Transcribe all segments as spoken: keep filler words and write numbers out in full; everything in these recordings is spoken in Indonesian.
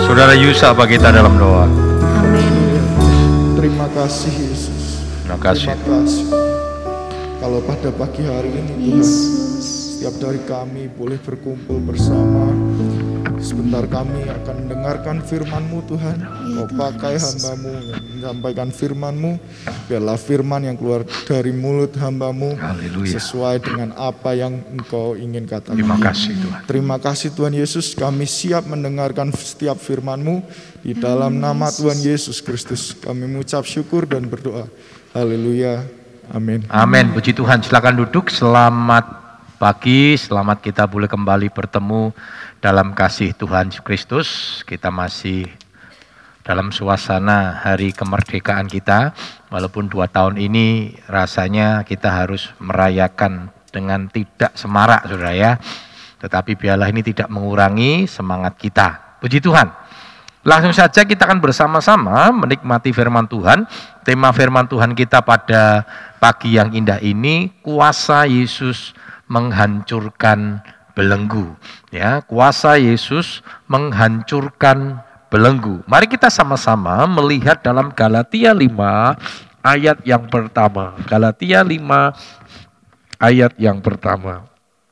Saudara Yusa bagi kita dalam doa. Amin. Terima kasih Yesus. Terima kasih. Terima kasih. Kalau pada pagi hari ini Tuhan, Yesus. setiap dari kami boleh berkumpul bersama. Sebentar kami akan mendengarkan firman-Mu Tuhan. Kau pakai hamba-Mu yang menyampaikan firman-Mu. Biarlah firman yang keluar dari mulut hamba-Mu Haleluya. sesuai dengan apa yang Engkau ingin katakan. Terima kasih Tuhan. Terima kasih Tuhan Yesus, kami siap mendengarkan setiap firman-Mu. Di dalam nama Tuhan Yesus Kristus kami mengucap syukur dan berdoa. Haleluya. Amin. Amin. Puji Tuhan. Silakan duduk. Selamat pagi. Selamat kita boleh kembali bertemu dalam kasih Tuhan Yesus Kristus. Kita masih dalam suasana hari kemerdekaan kita. Walaupun dua tahun ini rasanya kita harus merayakan dengan tidak semarak, saudara ya. Tetapi biarlah ini tidak mengurangi semangat kita. Puji Tuhan. Langsung saja kita akan bersama-sama menikmati firman Tuhan. Tema firman Tuhan kita pada pagi yang indah ini, kuasa Yesus menghancurkan belenggu. Ya, kuasa Yesus menghancurkan belenggu. Mari kita sama-sama melihat dalam Galatia lima ayat yang pertama. Galatia lima ayat yang pertama.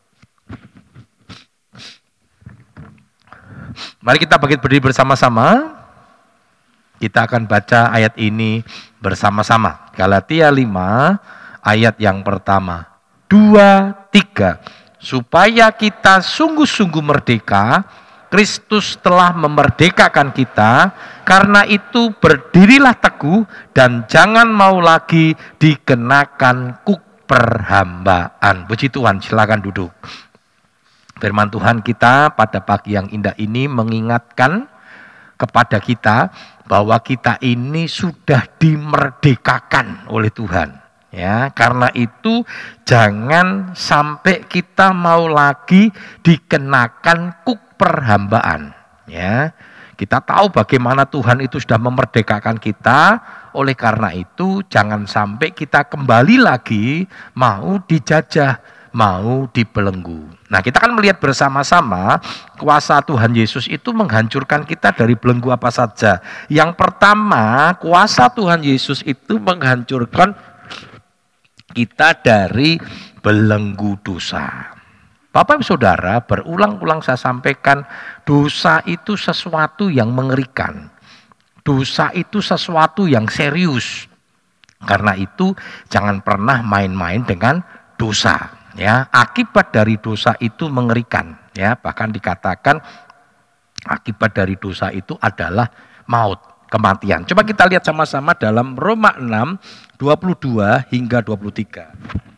Mari kita bangkit berdiri bersama-sama. Kita akan baca ayat ini bersama-sama. Galatia lima ayat yang pertama. Dua, tiga. Supaya kita sungguh-sungguh merdeka, Kristus telah memerdekakan kita. Karena itu berdirilah teguh dan jangan mau lagi dikenakan kuk perhambaan. Puji Tuhan, silakan duduk. Firman Tuhan kita pada pagi yang indah ini mengingatkan kepada kita bahwa kita ini sudah dimerdekakan oleh Tuhan. Ya, karena itu jangan sampai kita mau lagi dikenakan kuk perhambaan. Ya, kita tahu bagaimana Tuhan itu sudah memerdekakan kita. Oleh karena itu jangan sampai kita kembali lagi mau dijajah, mau dibelenggu. Nah, kita akan melihat bersama-sama kuasa Tuhan Yesus itu menghancurkan kita dari belenggu apa saja. Yang pertama, kuasa Tuhan Yesus itu menghancurkan kita dari belenggu dosa. Bapak Ibu Saudara, berulang-ulang saya sampaikan, dosa itu sesuatu yang mengerikan. Dosa itu sesuatu yang serius. Karena itu jangan pernah main-main dengan dosa. Ya, akibat dari dosa itu mengerikan. Ya, bahkan dikatakan akibat dari dosa itu adalah maut, kematian. Coba kita lihat sama-sama dalam Roma enam, dua puluh dua hingga dua puluh tiga.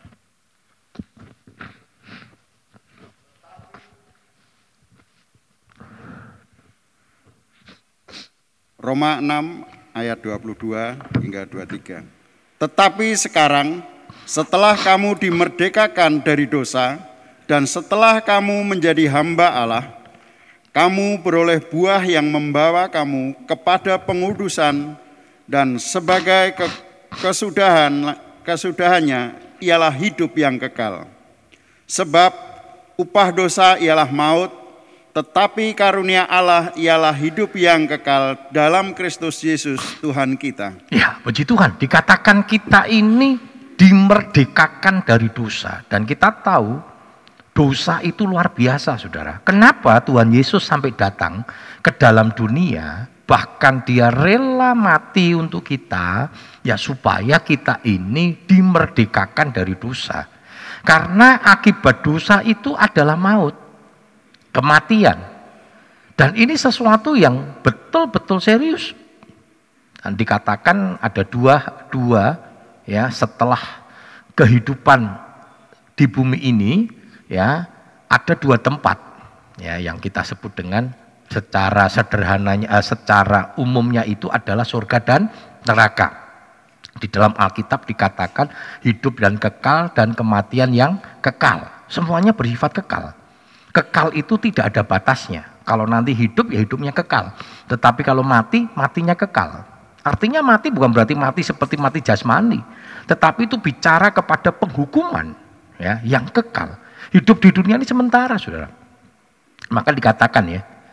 Roma enam ayat dua puluh dua hingga dua puluh tiga. Tetapi sekarang setelah kamu dimerdekakan dari dosa dan setelah kamu menjadi hamba Allah, kamu beroleh buah yang membawa kamu kepada pengudusan dan sebagai ke kesudahan kesudahannya ialah hidup yang kekal. Sebab upah dosa ialah maut, tetapi karunia Allah ialah hidup yang kekal dalam Kristus Yesus Tuhan kita. Ya, puji Tuhan, dikatakan kita ini dimerdekakan dari dosa. Dan kita tahu dosa itu luar biasa, saudara. Kenapa Tuhan Yesus sampai datang ke dalam dunia, bahkan dia rela mati untuk kita, ya supaya kita ini dimerdekakan dari dosa. Karena akibat dosa itu adalah maut, kematian. Dan ini sesuatu yang betul-betul serius. Dan dikatakan ada dua, dua ya setelah kehidupan di bumi ini, ya ada dua tempat ya yang kita sebut dengan secara sederhananya, eh, secara umumnya itu adalah surga dan neraka. Di dalam Alkitab dikatakan hidup dan kekal dan kematian yang kekal. Semuanya bersifat kekal. Kekal itu tidak ada batasnya. Kalau nanti hidup ya hidupnya kekal. Tetapi kalau mati, matinya kekal. Artinya mati bukan berarti mati seperti mati jasmani. Tetapi itu bicara kepada penghukuman ya, yang kekal. Hidup di dunia ini sementara, saudara. Maka dikatakan ya,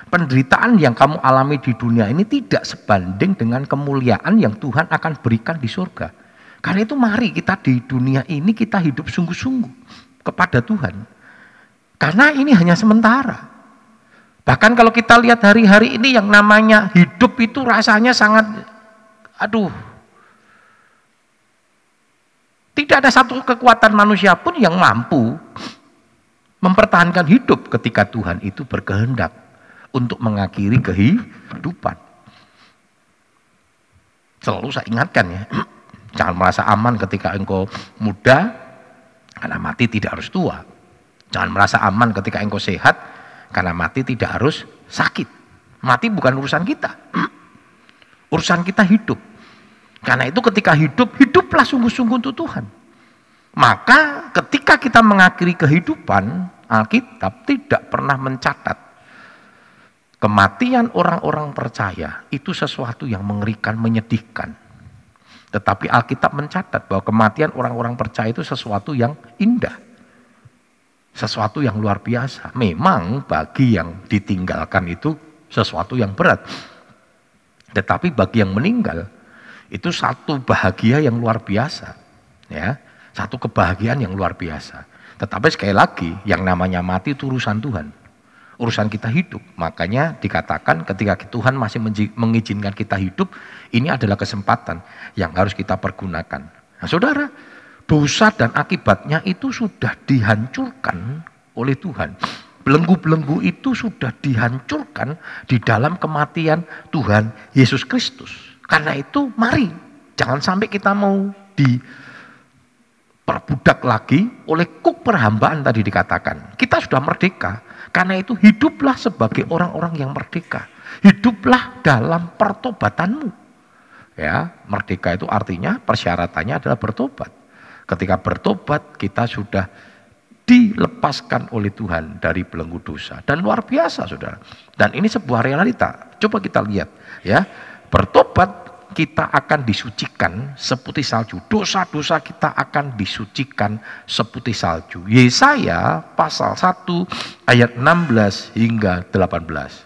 Penderitaan yang kamu alami di dunia ini tidak sebanding dengan kemuliaan yang Tuhan akan berikan di surga. Karena itu mari kita di dunia ini kita hidup sungguh-sungguh kepada Tuhan. Karena ini hanya sementara. Bahkan kalau kita lihat hari-hari ini yang namanya hidup itu rasanya sangat, aduh, tidak ada satu kekuatan manusia pun yang mampu mempertahankan hidup ketika Tuhan itu berkehendak untuk mengakhiri kehidupan. Selalu saya ingatkan ya, jangan merasa aman ketika engkau muda, karena mati tidak harus tua. Jangan merasa aman ketika engkau sehat, karena mati tidak harus sakit. Mati bukan urusan kita, urusan kita hidup. Karena itu ketika hidup, hiduplah sungguh-sungguh untuk Tuhan. Maka ketika kita mengakhiri kehidupan, Alkitab tidak pernah mencatat kematian orang-orang percaya itu sesuatu yang mengerikan, menyedihkan. Tetapi Alkitab mencatat bahwa kematian orang-orang percaya itu sesuatu yang indah. Sesuatu yang luar biasa. Memang bagi yang ditinggalkan itu sesuatu yang berat. Tetapi bagi yang meninggal itu satu bahagia yang luar biasa. Ya, satu kebahagiaan yang luar biasa. Tetapi sekali lagi yang namanya mati itu urusan Tuhan. Urusan kita hidup, makanya dikatakan ketika Tuhan masih mengizinkan kita hidup, ini adalah kesempatan yang harus kita pergunakan. Nah saudara, dosa dan akibatnya itu sudah dihancurkan oleh Tuhan. Belenggu-belenggu itu sudah dihancurkan di dalam kematian Tuhan Yesus Kristus. Karena itu mari, jangan sampai kita mau diperbudak lagi oleh kuk perhambaan tadi dikatakan. Kita sudah merdeka. Karena itu hiduplah sebagai orang-orang yang merdeka. Hiduplah dalam pertobatanmu. Ya, merdeka itu artinya persyaratannya adalah bertobat. Ketika bertobat kita sudah dilepaskan oleh Tuhan dari belenggu dosa. Dan luar biasa saudara. Dan ini sebuah realita. Coba kita lihat ya. Bertobat kita akan disucikan seputih salju. Dosa-dosa kita akan disucikan seputih salju. Yesaya pasal satu ayat enam belas hingga delapan belas.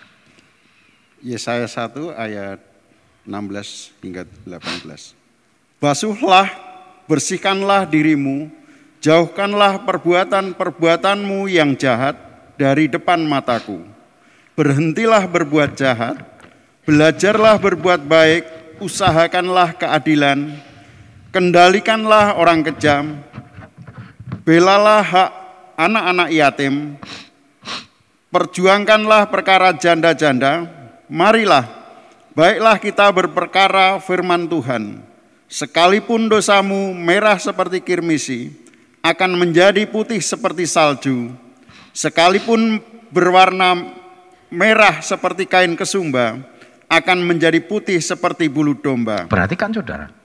Yesaya satu ayat enam belas hingga delapan belas. Basuhlah, bersihkanlah dirimu, jauhkanlah perbuatan-perbuatanmu yang jahat dari depan mataku. Berhentilah berbuat jahat, belajarlah berbuat baik, usahakanlah keadilan, kendalikanlah orang kejam, belalah hak anak-anak yatim, perjuangkanlah perkara janda-janda, marilah, baiklah kita berperkara firman Tuhan. Sekalipun dosamu merah seperti kirmisi, akan menjadi putih seperti salju. Sekalipun berwarna merah seperti kain kesumba, akan menjadi putih seperti bulu domba. Perhatikan saudara.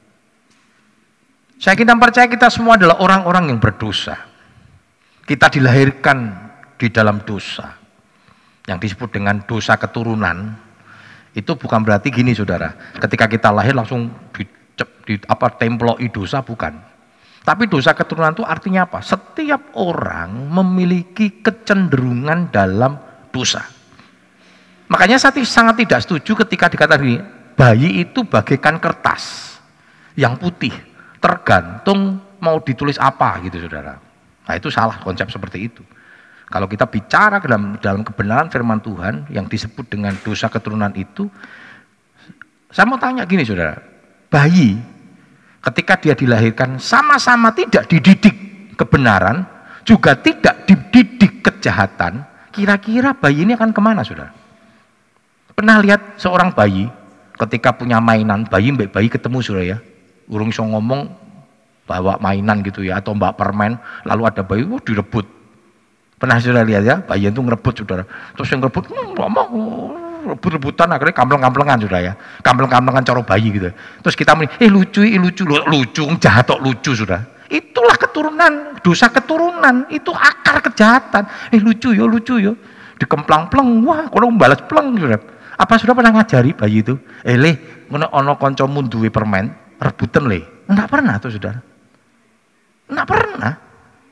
Saya kita percaya kita semua adalah orang-orang yang berdosa. Kita dilahirkan di dalam dosa. Yang disebut dengan dosa keturunan. Itu bukan berarti gini saudara. Ketika kita lahir langsung di, di apa temploi dosa, bukan. Tapi dosa keturunan itu artinya apa? Setiap orang memiliki kecenderungan dalam dosa. Makanya saya sangat tidak setuju ketika dikatakan gini, bayi itu bagaikan kertas yang putih, tergantung mau ditulis apa gitu saudara. Nah itu salah konsep seperti itu. Kalau kita bicara dalam, dalam kebenaran firman Tuhan yang disebut dengan dosa keturunan itu, saya mau tanya gini saudara, bayi ketika dia dilahirkan sama-sama tidak dididik kebenaran, juga tidak dididik kejahatan, kira-kira bayi ini akan kemana saudara? Pernah lihat seorang bayi ketika punya mainan, bayi mbak bayi ketemu saudara ya, urung iso ngomong bawa mainan gitu ya, atau mbak permen, lalu ada bayi, wah direbut. Pernah saudara lihat ya, bayi itu ngerebut saudara, terus yang ngerebut, hmm, mau rebut-rebutan, akhirnya kampleng-kamplengan saudara ya, kampleng-kamplengan coro bayi gitu. Terus kita meni, eh lucu, eh lucu, lucu, jahat kok lucu saudara. Itulah keturunan, dosa keturunan, itu akar kejahatan. Eh lucu ya, lucu ya, dikemplang-pleng, wah kalau membalas pleng saudara. Apa sudah pernah ngajari bayi itu? Eh le, ngono ono kancamu duwe permen, rebutan le. Enggak pernah tuh saudara. Enggak pernah.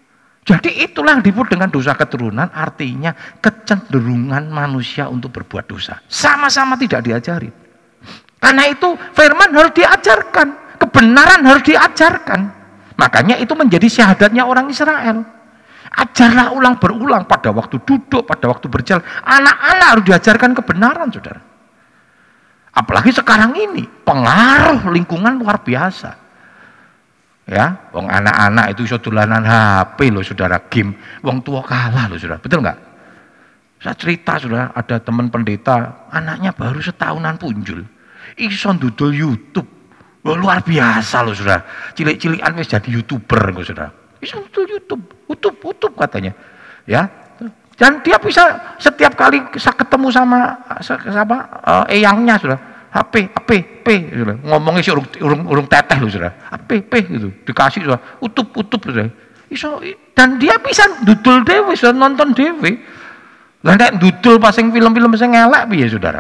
Jadi itulah yang disebut dengan dosa keturunan, artinya kecenderungan manusia untuk berbuat dosa. Sama-sama tidak diajari. Karena itu firman harus diajarkan, kebenaran harus diajarkan. Makanya itu menjadi syahadatnya orang Israel. Ajarlah ulang berulang pada waktu duduk, pada waktu berjalan. Anak-anak harus diajarkan kebenaran, saudara. Apalagi sekarang ini, pengaruh lingkungan luar biasa. Ya, wong anak-anak itu iso dolanan H P loh, saudara, game. Wong tua kalah loh, saudara. Betul nggak? Saya cerita, saudara, ada teman pendeta, anaknya baru setahunan punjul. Iso dudul YouTube. Wah, luar biasa loh, saudara. Cilik-cilikan wis jadi YouTuber, saudara. Iso dudul YouTube, YouTube, YouTube katanya. Ya. Dan dia bisa setiap kali bisa ketemu sama sama uh, eyangnya, saudara. H P, H P, P, saudara. Ngomongnya sih urung, urung, urung teteh loh, saudara. H P, P gitu. Dikasih, saudara. Utup, utup, saudara. Iso, dan dia bisa dudul dewe, saudara, nonton dewe. Lah nek dudul pasing film-film sing elek piye, saudara?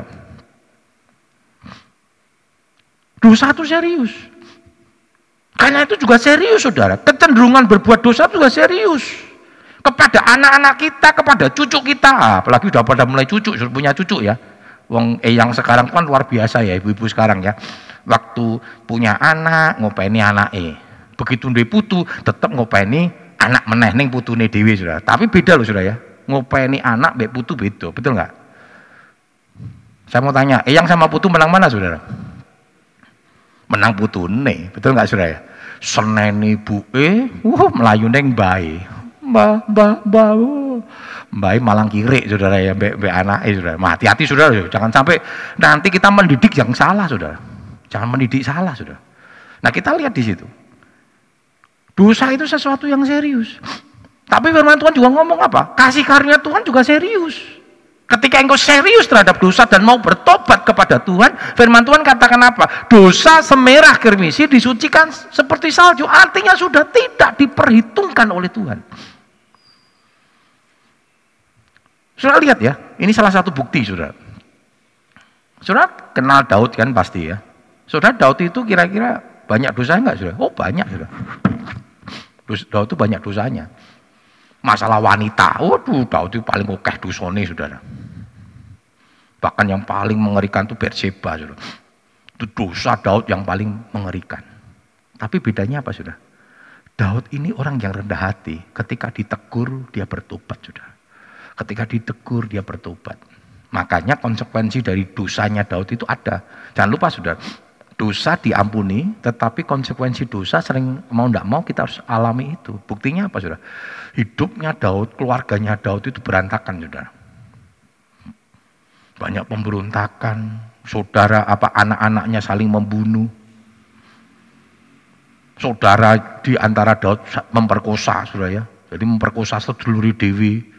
Dosa itu serius. Karena itu juga serius, saudara. Kecenderungan berbuat dosa juga serius. Kepada anak-anak kita, kepada cucu kita. Apalagi udah pada mulai cucu, punya cucu ya. Wong eh yang sekarang kan luar biasa ya, ibu-ibu sekarang ya. Waktu punya anak, ngopeni anak eh. Begitu duwe putu, tetap ngopeni anak meneh ning putune dhewe, saudara. Tapi beda loh, saudara ya. Ngopeni anak mbek putu beda, betul nggak? Saya mau tanya, eyang sama putu menang mana, saudara? Menang putune, betul nggak, saudara ya? Seneni ibuke, wah melayu neng bae. Mbah, mbah, mbah, mbah malang kiri, saudara ya, mbak, mbak anak, eh, saudara. Hati-hati, saudara, jangan sampai nanti kita mendidik yang salah, saudara. Jangan mendidik salah, saudara. Nah, kita lihat di situ. Dosa itu sesuatu yang serius. Tapi firman Tuhan juga ngomong apa? Kasih karunia Tuhan juga serius. Ketika engkau serius terhadap dosa dan mau bertobat kepada Tuhan, firman Tuhan katakan apa? Dosa semerah kirmisi disucikan seperti salju. Artinya sudah tidak diperhitungkan oleh Tuhan. Saudara lihat ya, ini salah satu bukti, saudara. Saudara kenal Daud kan pasti ya. Saudara Daud itu kira-kira banyak dosa enggak, saudara? Oh banyak, saudara. Daud itu banyak dosanya. Masalah wanita, waduh Daud itu paling okeh dosane, saudara. Bahkan yang paling mengerikan itu Batseba, saudara. Itu dosa Daud yang paling mengerikan. Tapi bedanya apa, saudara? Daud ini orang yang rendah hati. Ketika ditegur, dia bertobat, saudara. Ketika ditegur dia bertobat. Makanya konsekuensi dari dosanya Daud itu ada. Jangan lupa, saudara, dosa diampuni, tetapi konsekuensi dosa sering mau tidak mau kita harus alami itu. Buktinya apa, saudara? Hidupnya Daud, keluarganya Daud itu berantakan, saudara. Banyak pemberontakan, saudara apa anak-anaknya saling membunuh. Saudara di antara Daud memperkosa, saudara ya. Jadi memperkosa seduluri dewi.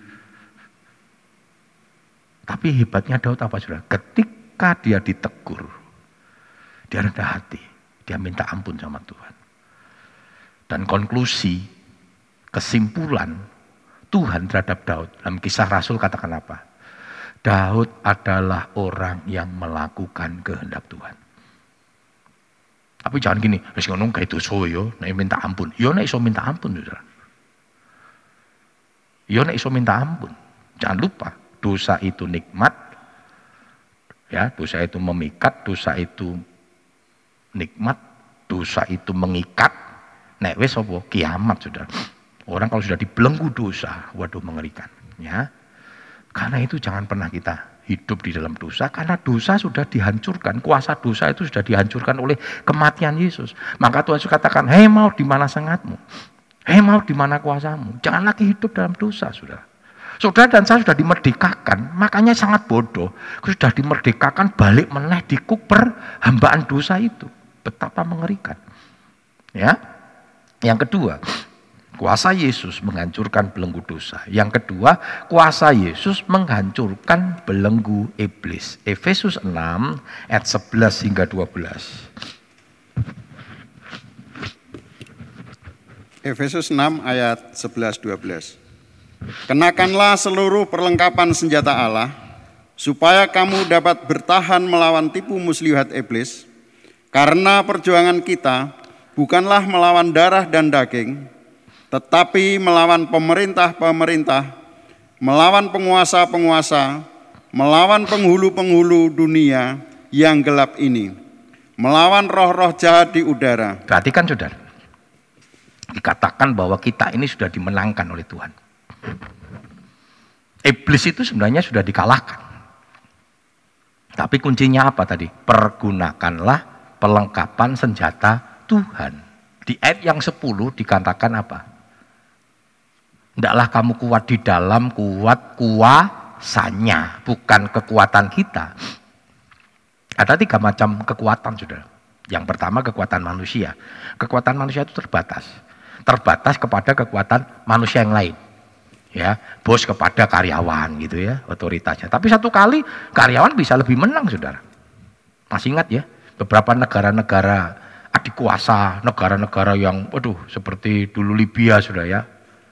Tapi hebatnya Daud apa, saudara? Ketika dia ditegur, dia rendah hati, dia minta ampun sama Tuhan. Dan konklusi, kesimpulan Tuhan terhadap Daud dalam Kisah Rasul katakan apa? Daud adalah orang yang melakukan kehendak Tuhan. Tapi jangan gini, wis ngono gawe dosa yo, nek minta ampun. Yo nek iso minta ampun, saudara. Yo nek iso minta ampun. Jangan lupa, dosa itu nikmat, ya, dosa itu memikat, dosa itu nikmat, dosa itu mengikat. Nek wis apa? Kiamat, saudara. Orang kalau sudah dibelenggu dosa, waduh mengerikan, ya. Karena itu jangan pernah kita hidup di dalam dosa, karena dosa sudah dihancurkan, kuasa dosa itu sudah dihancurkan oleh kematian Yesus. Maka Tuhan Yesus katakan, hei maut di mana sengatmu? Hei maut di mana kuasamu? Jangan lagi hidup dalam dosa, saudara. Saudara dan saya sudah dimerdekakan, makanya sangat bodoh. Sudah dimerdekakan, balik meneh dikuk perhambaan dosa itu. Betapa mengerikan. Ya. Yang kedua, kuasa Yesus menghancurkan belenggu dosa. Yang kedua, kuasa Yesus menghancurkan belenggu iblis. Efesus enam ayat sebelas hingga dua belas. Efesus enam ayat sebelas dua belas. Kenakanlah seluruh perlengkapan senjata Allah, supaya kamu dapat bertahan melawan tipu muslihat iblis, karena perjuangan kita bukanlah melawan darah dan daging, tetapi melawan pemerintah-pemerintah, melawan penguasa-penguasa, melawan penghulu-penghulu dunia yang gelap ini, melawan roh-roh jahat di udara. Perhatikan saudara, dikatakan bahwa kita ini sudah dimenangkan oleh Tuhan. Iblis itu sebenarnya sudah dikalahkan. Tapi kuncinya apa tadi? Pergunakanlah perlengkapan senjata Tuhan. Di ayat yang sepuluh dikatakan apa? Hendaklah kamu kuat di dalam kuat kuasanya, bukan kekuatan kita. Ada tiga macam kekuatan, saudara. Yang pertama kekuatan manusia. Kekuatan manusia itu terbatas. Terbatas kepada kekuatan manusia yang lain. Ya, bos kepada karyawan gitu ya, otoritasnya. Tapi satu kali karyawan bisa lebih menang, saudara. Masih ingat ya, beberapa negara-negara adik kuasa, negara-negara yang, waduh, seperti dulu Libya, saudara ya.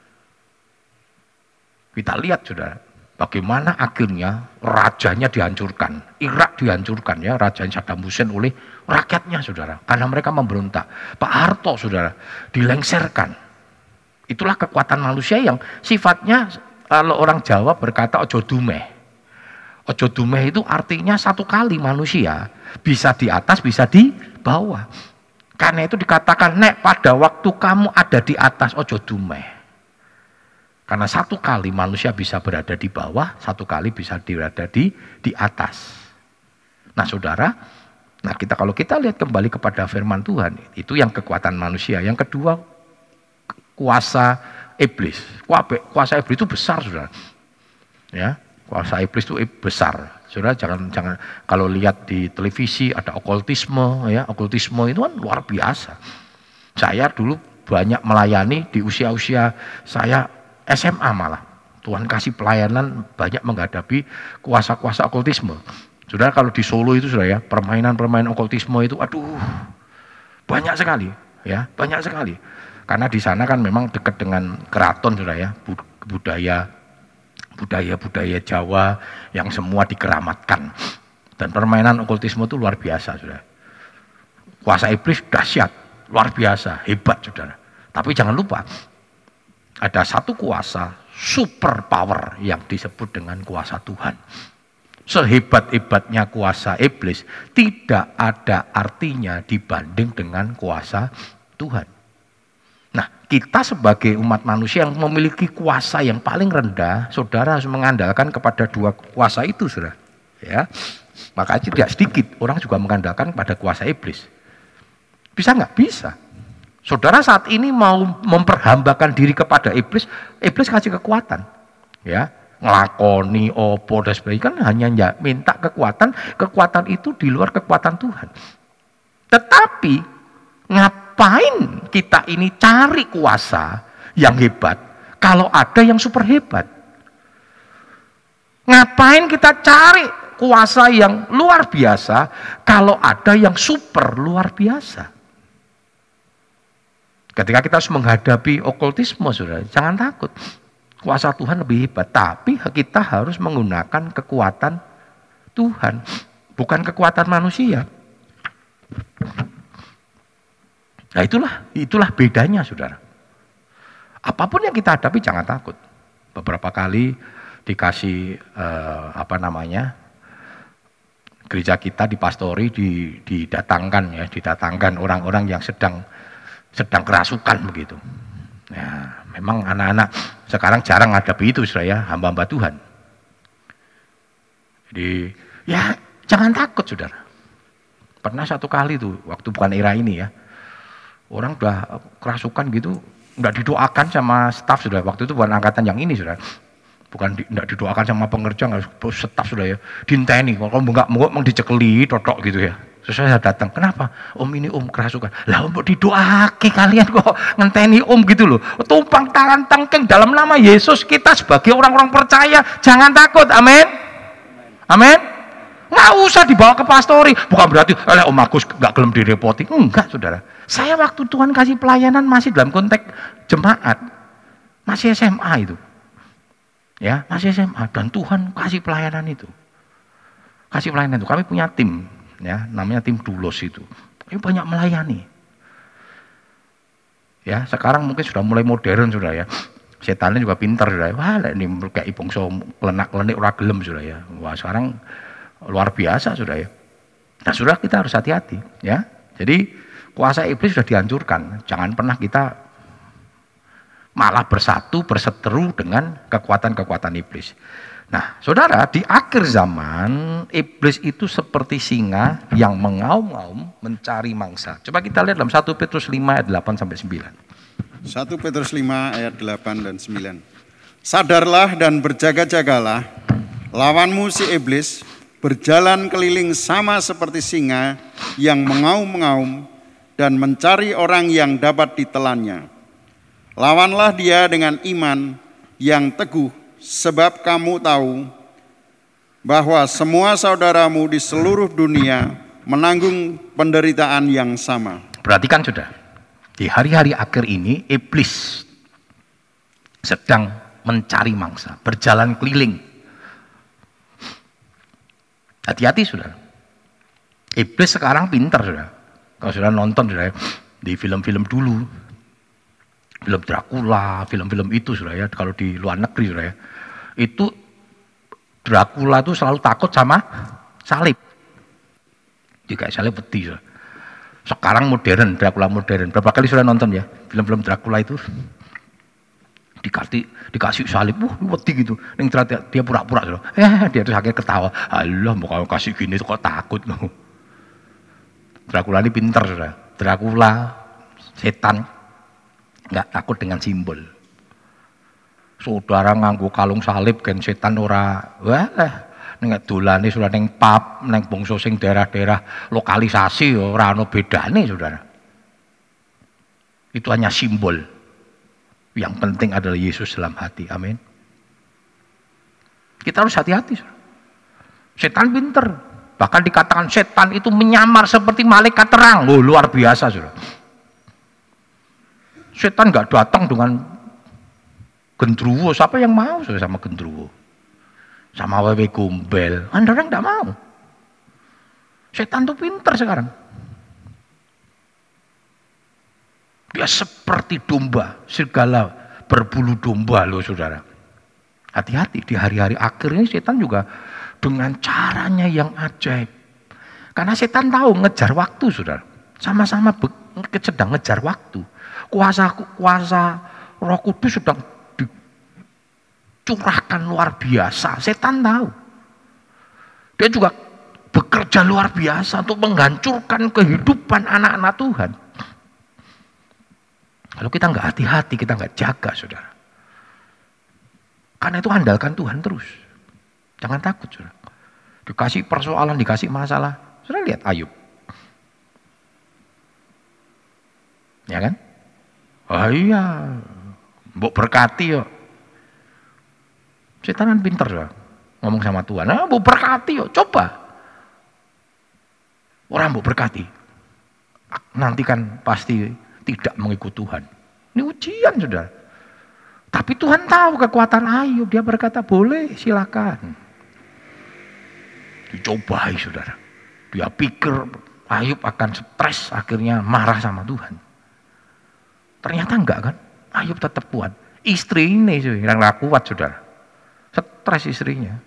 Kita lihat, saudara, bagaimana akhirnya rajanya dihancurkan, Irak dihancurkan ya, raja Saddam Hussein oleh rakyatnya, saudara, karena mereka memberontak. Pak Harto, saudara, dilengserkan. Itulah kekuatan manusia yang sifatnya, kalau orang Jawa berkata ojo dumeh. Ojo dumeh itu artinya satu kali manusia bisa di atas, bisa di bawah. Karena itu dikatakan, nek pada waktu kamu ada di atas ojo dumeh. Karena satu kali manusia bisa berada di bawah, satu kali bisa berada di di atas. Nah, saudara, nah kita kalau kita lihat kembali kepada firman Tuhan, itu yang kekuatan manusia. Yang kedua, kuasa iblis. Kuasa iblis itu besar, saudara. Ya, kuasa iblis itu besar. Saudara, jangan jangan kalau lihat di televisi ada okultisme, ya, okultisme itu kan luar biasa. Saya dulu banyak melayani di usia-usia saya S M A malah. Tuhan kasih pelayanan banyak menghadapi kuasa-kuasa okultisme. Saudara, kalau di Solo itu, saudara ya, permainan-permainan okultisme itu aduh banyak sekali, ya, banyak sekali. Karena di sana kan memang dekat dengan keraton, saudara ya, budaya budaya-budaya Jawa yang semua dikeramatkan. Dan permainan okultisme itu luar biasa, saudara. Kuasa iblis dahsyat, luar biasa, hebat, saudara. Tapi jangan lupa, ada satu kuasa super power yang disebut dengan kuasa Tuhan. Sehebat-hebatnya kuasa iblis, tidak ada artinya dibanding dengan kuasa Tuhan. Nah, kita sebagai umat manusia yang memiliki kuasa yang paling rendah, saudara harus mengandalkan kepada dua kuasa itu, saudara. Ya, makanya tidak sedikit orang juga mengandalkan pada kuasa iblis. Bisa nggak? Bisa. Saudara saat ini mau memperhambakan diri kepada iblis, iblis kasih kekuatan, ya, ngelakoni opo dan sebagainya, kan hanya minta kekuatan, kekuatan itu di luar kekuatan Tuhan. Tetapi ngapain kita ini cari kuasa yang hebat kalau ada yang super hebat? Ngapain kita cari kuasa yang luar biasa kalau ada yang super luar biasa? Ketika kita harus menghadapi okultisme, saudara, jangan takut. Kuasa Tuhan lebih hebat, tapi kita harus menggunakan kekuatan Tuhan, bukan kekuatan manusia. Nah, itulah itulah bedanya, saudara. Apapun yang kita hadapi jangan takut. Beberapa kali dikasih eh, apa namanya, gereja kita dipastori, didatangkan ya, didatangkan orang-orang yang sedang sedang kerasukan begitu. Ya, memang anak-anak sekarang jarang hadapi itu, saudara ya, hamba-hamba Tuhan. Jadi, ya jangan takut, saudara. Pernah satu kali tuh, waktu bukan era ini ya, orang udah kerasukan gitu, nggak didoakan sama staf, saudara. Waktu itu bukan angkatan yang ini, saudara. Bukan di, nggak didoakan sama pengerja, nggak staf, saudara ya. Dinteni, kalau nggak mau mau dicekeli, totok gitu ya. Terus saya datang, kenapa? Om ini om kerasukan. Lah om didoake kalian kok ngenteni om gitu loh. Tumpang tangan tengkeng dalam nama Yesus, kita sebagai orang-orang percaya jangan takut. Amin. Amin. Nggak usah dibawa ke pastori. Bukan berarti oleh om Agus nggak gelem direpoti. Enggak, saudara. Saya waktu Tuhan kasih pelayanan masih dalam konteks jemaat, masih S M A itu. Ya, masih S M A, dan Tuhan kasih pelayanan itu. Kasih pelayanan itu. Kami punya tim, ya, namanya tim Dulos itu. Kami banyak melayani. Ya, sekarang mungkin sudah mulai modern sudah ya. Setannya juga pintar sudah ya. Wah, ini kayak bongso kelenak-kelenik ora gelem sudah ya. Wah, sekarang luar biasa sudah ya. Nah, sudah kita harus hati-hati ya. Jadi kuasa iblis sudah dihancurkan. Jangan pernah kita malah bersatu, berseteru dengan kekuatan-kekuatan iblis. Nah, saudara, di akhir zaman, iblis itu seperti singa yang mengaum-ngaum mencari mangsa. Coba kita lihat dalam satu Petrus lima ayat delapan sampai sembilan. satu Petrus lima ayat delapan dan sembilan. Sadarlah dan berjaga-jagalah, lawanmu si iblis berjalan keliling sama seperti singa yang mengaum-ngaum dan mencari orang yang dapat ditelannya. Lawanlah dia dengan iman yang teguh, sebab kamu tahu bahwa semua saudaramu di seluruh dunia menanggung penderitaan yang sama. Perhatikan sudah, di hari-hari akhir ini iblis sedang mencari mangsa, berjalan keliling. Hati-hati saudara. Iblis sekarang pintar saudara. Kalau sudah nonton saudara di film-film dulu, film Dracula, film-film itu saudara ya, kalau di luar negeri saudara ya, itu Dracula itu selalu takut sama salib. Jika salib peti saudara. Sekarang modern, Dracula modern. Berapa kali sudah nonton ya film-film Dracula itu? Dikasih dikasih salib, wah wedi gitu. Ning dia pura-pura loh. Eh dia terus akhirnya ketawa. Allah mau kalau kasih gini kok takut loh. Dracula ini pinter sudah. Dracula setan nggak takut dengan simbol. Saudara nganggo kalung salib kan setan ora. Wah, ning dolane sudah ning pub, ning bangsa sing daerah-daerah lokalisasi ora ono bedane saudara. Itu hanya simbol. Yang penting adalah Yesus dalam hati. Amin. Kita harus hati-hati. Setan pinter. Bahkan dikatakan setan itu menyamar seperti malaikat terang. Oh, luar biasa. Saudara. Setan gak datang dengan gendruwo. Siapa yang mau sama gendruwo? Sama wewe gombel. Anda orang gak mau. Setan itu pinter sekarang. Dia seperti domba, segala berbulu domba loh saudara. Hati-hati di hari-hari akhir ini setan juga dengan caranya yang ajaib. Karena setan tahu ngejar waktu saudara. Sama-sama sedang ngejar waktu. Kuasa-kuasa Roh Kudus sedang dicurahkan luar biasa. Setan tahu. Dia juga bekerja luar biasa untuk menghancurkan kehidupan anak-anak Tuhan. Kalau kita nggak hati-hati, kita nggak jaga, saudara. Karena itu andalkan Tuhan terus. Jangan takut, saudara. Dikasih persoalan, dikasih masalah. Saudara lihat Ayub. Ya kan? Oh iya, mbok berkati yuk. Setan kan pinter, saudara. Ngomong sama Tuhan, ah, mbok berkati yuk, coba. Orang mbok berkati. Nanti kan pasti tidak mengikut Tuhan. Ini ujian saudara. Tapi Tuhan tahu kekuatan Ayub. Dia berkata boleh silakan. Dicobai saudara. Dia pikir Ayub akan stres akhirnya marah sama Tuhan. Ternyata enggak kan. Ayub tetap kuat. Istri ini yang gak kuat saudara. Stres istrinya.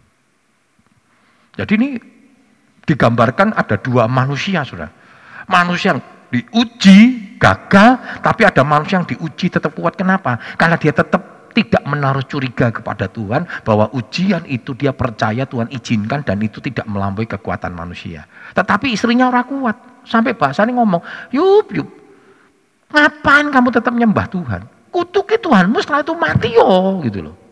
Jadi ini digambarkan ada dua manusia saudara. Manusia yang diuji gagal, tapi ada manusia yang diuji tetap kuat. Kenapa? Karena dia tetap tidak menaruh curiga kepada Tuhan bahwa ujian itu dia percaya Tuhan izinkan dan itu tidak melampaui kekuatan manusia. Tetapi istrinya orang kuat, sampai bahasanya ngomong, yup yup, ngapain kamu tetap nyembah Tuhan? Kutuki Tuhanmu setelah itu mati yo, gitu loh.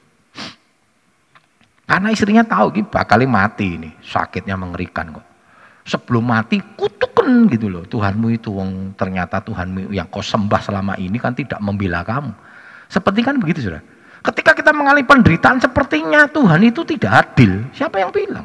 Karena istrinya tahu gitu bakal mati ini, sakitnya mengerikan kok. Sebelum mati kutukan gitu loh. Tuhanmu itu wong ternyata Tuhanmu yang kau sembah selama ini kan tidak membela kamu. Seperti kan begitu saudara. Ketika kita mengalami penderitaan sepertinya Tuhan itu tidak adil. Siapa yang bilang?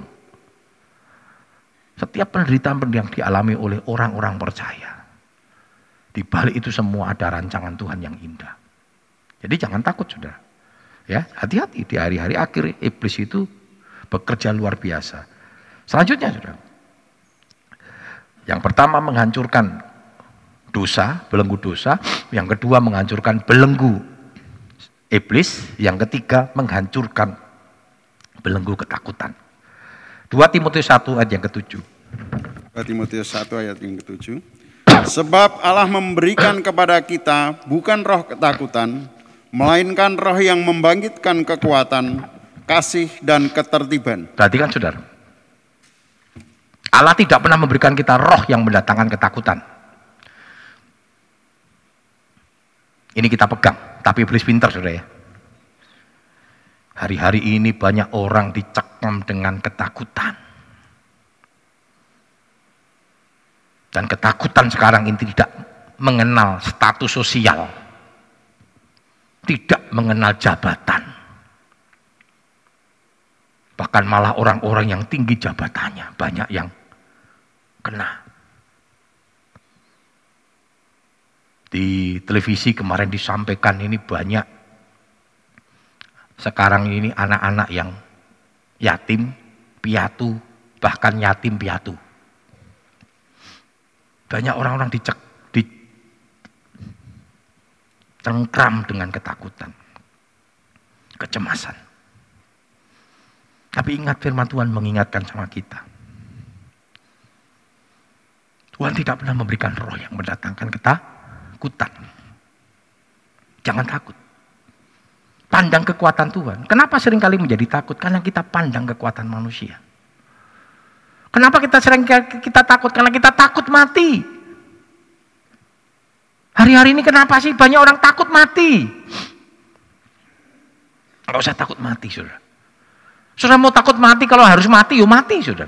Setiap penderitaan yang dialami oleh orang-orang percaya. Di balik itu semua ada rancangan Tuhan yang indah. Jadi jangan takut saudara. Ya, hati-hati di hari-hari akhir iblis itu bekerja luar biasa. Selanjutnya saudara. Yang pertama menghancurkan dosa, belenggu dosa. Yang kedua menghancurkan belenggu iblis. Yang ketiga menghancurkan belenggu ketakutan. dua Timotius satu ayat yang ketujuh. dua Timotius satu ayat yang ketujuh. Sebab Allah memberikan kepada kita bukan roh ketakutan, melainkan roh yang membangkitkan kekuatan, kasih dan ketertiban. Perhatikan saudara, Allah tidak pernah memberikan kita roh yang mendatangkan ketakutan. Ini kita pegang, tapi iblis pintar saudara ya. Hari-hari ini banyak orang dicekam dengan ketakutan. Dan ketakutan sekarang ini tidak mengenal status sosial, tidak mengenal jabatan. Bahkan malah orang-orang yang tinggi jabatannya banyak yang kena. Di televisi kemarin disampaikan ini banyak sekarang ini anak-anak yang yatim, piatu, bahkan yatim piatu. Banyak orang-orang dicek, dicengkram dengan ketakutan, kecemasan. Tapi ingat firman Tuhan mengingatkan sama kita. Tuhan tidak pernah memberikan roh yang mendatangkan ketakutan. Jangan takut. Pandang kekuatan Tuhan. Kenapa seringkali menjadi takut? Karena kita pandang kekuatan manusia. Kenapa kita sering kita takut? Karena kita takut mati. Hari-hari ini kenapa sih banyak orang takut mati? Enggak usah takut mati, saudara. Saudara mau takut mati, kalau harus mati, yuk mati, saudara.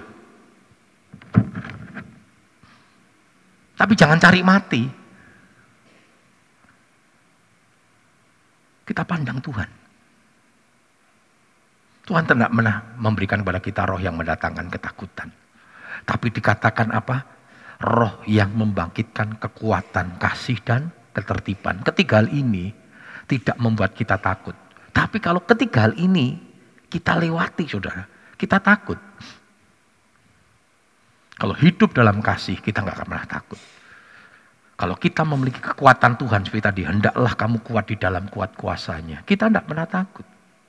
Tapi jangan cari mati. Kita pandang Tuhan. Tuhan tidak pernah memberikan kepada kita roh yang mendatangkan ketakutan. Tapi dikatakan apa? Roh yang membangkitkan kekuatan, kasih dan ketertiban. Ketiga hal ini tidak membuat kita takut. Tapi kalau ketiga hal ini kita lewati, saudara, kita takut. Kalau hidup dalam kasih, kita nggak akan pernah takut. Kalau kita memiliki kekuatan Tuhan seperti tadi, hendaklah kamu kuat di dalam kuat kuasanya. Kita tidak pernah takut.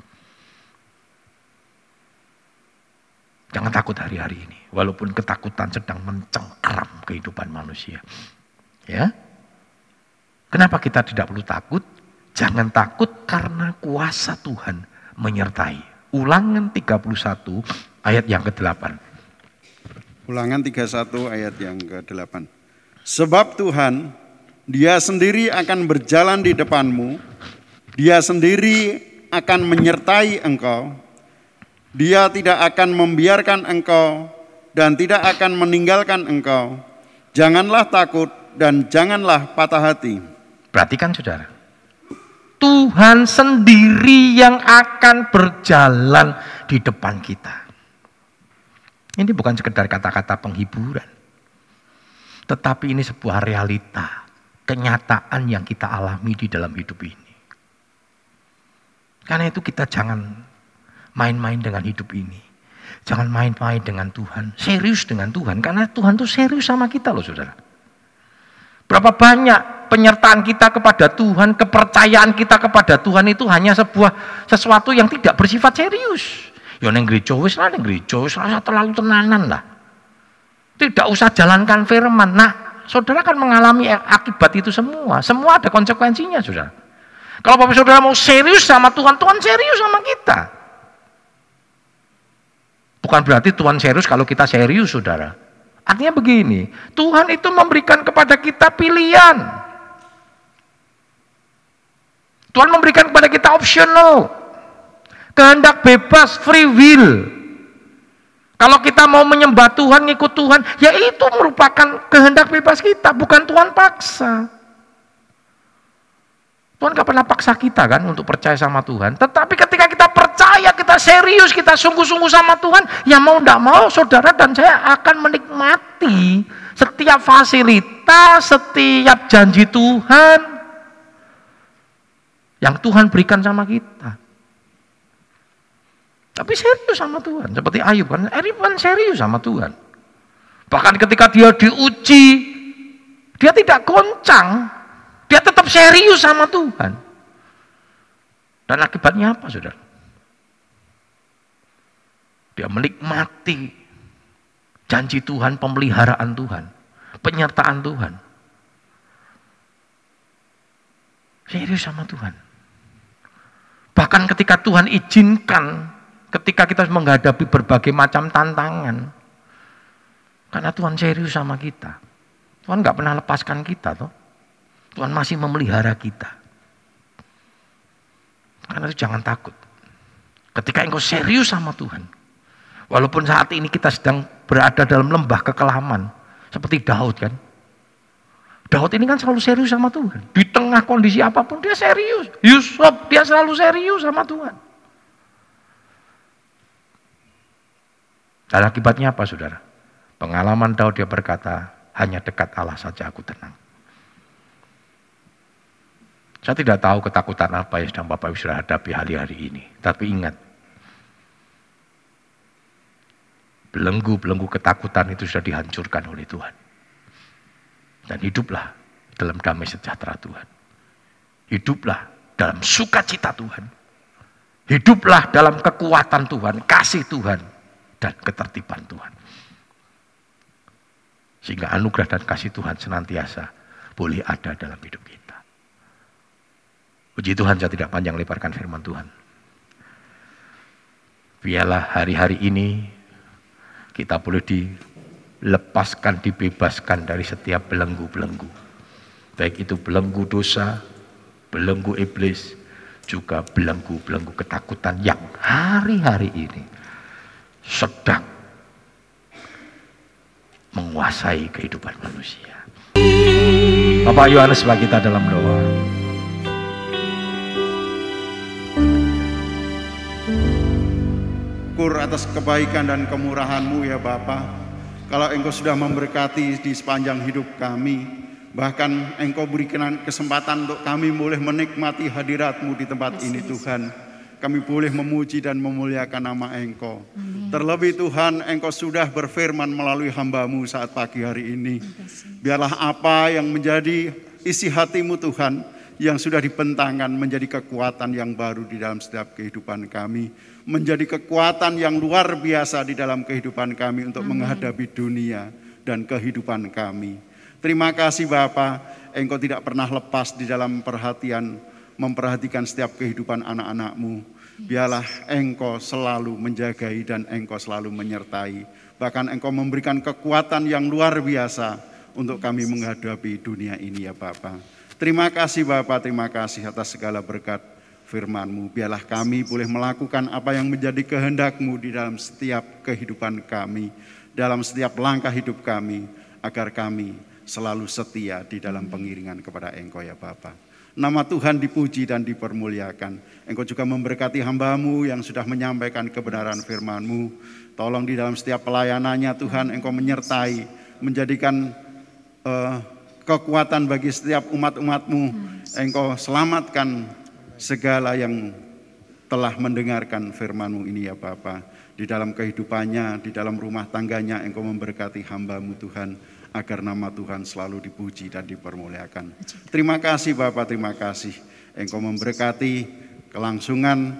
Jangan takut hari-hari ini, walaupun ketakutan sedang mencengkeram kehidupan manusia. Ya, kenapa kita tidak perlu takut? Jangan takut karena kuasa Tuhan menyertai. Ulangan tiga puluh satu ayat yang kedelapan. Ulangan tiga puluh satu ayat yang kedelapan. Sebab Tuhan, Dia sendiri akan berjalan di depanmu, Dia sendiri akan menyertai engkau, Dia tidak akan membiarkan engkau dan tidak akan meninggalkan engkau. Janganlah takut dan janganlah patah hati. Perhatikan saudara, Tuhan sendiri yang akan berjalan di depan kita. Ini bukan sekedar kata-kata penghiburan, tetapi ini sebuah realita, kenyataan yang kita alami di dalam hidup ini. Karena itu kita jangan main-main dengan hidup ini. Jangan main-main dengan Tuhan. Serius dengan Tuhan. Karena Tuhan itu serius sama kita loh saudara. Berapa banyak penyertaan kita kepada Tuhan, kepercayaan kita kepada Tuhan itu hanya sebuah sesuatu yang tidak bersifat serius. Ya neng gereja wis lah, neng gereja wis lah, terlalu tenanan lah. Tidak usah jalankan firman. Nah, saudara kan mengalami akibat itu semua. Semua ada konsekuensinya saudara. Kalau Bapak Saudara mau serius sama Tuhan, Tuhan serius sama kita. Bukan berarti Tuhan serius kalau kita serius, saudara. Artinya begini, Tuhan itu memberikan kepada kita pilihan. Tuhan memberikan kepada kita optional. Kehendak bebas, free will. Kalau kita mau menyembah Tuhan, ngikut Tuhan, ya itu merupakan kehendak bebas kita, bukan Tuhan paksa. Tuhan gak pernah paksa kita kan untuk percaya sama Tuhan. Tetapi ketika kita percaya, kita serius, kita sungguh-sungguh sama Tuhan, ya mau gak mau saudara dan saya akan menikmati setiap fasilitas, setiap janji Tuhan yang Tuhan berikan sama kita. Tapi serius sama Tuhan. Seperti Ayub kan, Ayub kan serius sama Tuhan. Bahkan ketika dia diuji, Dia tidak goncang, dia tetap serius sama Tuhan. Dan akibatnya apa, saudara? Dia menikmati janji Tuhan, pemeliharaan Tuhan, penyertaan Tuhan. Serius sama Tuhan. Bahkan ketika Tuhan izinkan, ketika kita menghadapi berbagai macam tantangan, karena Tuhan serius sama kita. Tuhan nggak pernah lepaskan kita, toh. Tuhan masih memelihara kita. Karena itu jangan takut. Ketika engkau serius sama Tuhan, walaupun saat ini kita sedang berada dalam lembah kekelaman, seperti Daud kan. Daud ini kan selalu serius sama Tuhan. Di tengah kondisi apapun dia serius. Yusuf dia selalu serius sama Tuhan. Dan akibatnya apa, saudara? Pengalaman Daud, dia berkata, hanya dekat Allah saja aku tenang. Saya tidak tahu ketakutan apa yang sedang Bapak Ibu sudah hadapi hari-hari ini. Tapi ingat, belenggu-belenggu ketakutan itu sudah dihancurkan oleh Tuhan. Dan hiduplah dalam damai sejahtera Tuhan. Hiduplah dalam sukacita Tuhan. Hiduplah dalam kekuatan Tuhan, kasih Tuhan, dan ketertiban Tuhan. Sehingga anugerah dan kasih Tuhan senantiasa boleh ada dalam hidup kita. Puji Tuhan, saya tidak panjang lebarkan firman Tuhan. Biarlah hari-hari ini kita boleh dilepaskan, dibebaskan dari setiap belenggu-belenggu. Baik itu belenggu dosa, belenggu iblis, juga belenggu-belenggu ketakutan yang hari-hari ini sedang menguasai kehidupan manusia. Bapak Yohanes, bagi kita dalam doa. Syukur atas kebaikan dan kemurahan-Mu ya Bapa. Kalau Engkau sudah memberkati di sepanjang hidup kami, bahkan Engkau berikan kesempatan untuk kami boleh menikmati hadirat-Mu di tempat ini Tuhan. Kami boleh memuji dan memuliakan nama Engkau. Terlebih Tuhan, Engkau sudah berfirman melalui hamba-Mu saat pagi hari ini. Biarlah apa yang menjadi isi hati-Mu Tuhan, yang sudah dibentangkan menjadi kekuatan yang baru di dalam setiap kehidupan kami. Menjadi kekuatan yang luar biasa di dalam kehidupan kami untuk Amin. Menghadapi dunia dan kehidupan kami. Terima kasih Bapa, Engkau tidak pernah lepas di dalam perhatian, memperhatikan setiap kehidupan anak-anak-Mu. Biarlah Engkau selalu menjagai dan Engkau selalu menyertai. Bahkan Engkau memberikan kekuatan yang luar biasa untuk kami menghadapi dunia ini ya Bapa. Terima kasih Bapa, terima kasih atas segala berkat firman-Mu. Biarlah kami boleh melakukan apa yang menjadi kehendak-Mu di dalam setiap kehidupan kami, dalam setiap langkah hidup kami, agar kami selalu setia di dalam pengiringan kepada Engkau ya Bapa. Nama Tuhan dipuji dan dipermuliakan. Engkau juga memberkati hamba-Mu yang sudah menyampaikan kebenaran firman-Mu. Tolong di dalam setiap pelayanannya Tuhan, Engkau menyertai, menjadikan uh, kekuatan bagi setiap umat-umat-Mu. Engkau selamatkan segala yang telah mendengarkan firman-Mu ini ya Bapa. Di dalam kehidupannya, di dalam rumah tangganya, Engkau memberkati hamba-Mu Tuhan, agar nama Tuhan selalu dipuji dan dipermuliakan. Terima kasih Bapa, terima kasih. Engkau memberkati kelangsungan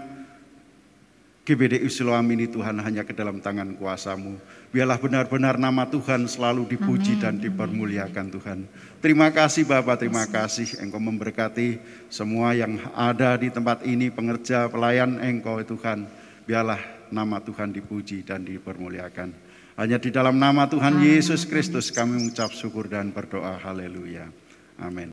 G B D I Siloam ini Tuhan hanya ke dalam tangan kuasa-Mu. Biarlah benar-benar nama Tuhan selalu dipuji Amen. Dan dipermuliakan Tuhan. Terima kasih Bapa, terima kasih. Engkau memberkati semua yang ada di tempat ini, pengerja, pelayan Engkau Tuhan. Biarlah nama Tuhan dipuji dan dipermuliakan. Hanya di dalam nama Tuhan Yesus Kristus kami mengucap syukur dan berdoa. Haleluya. Amin.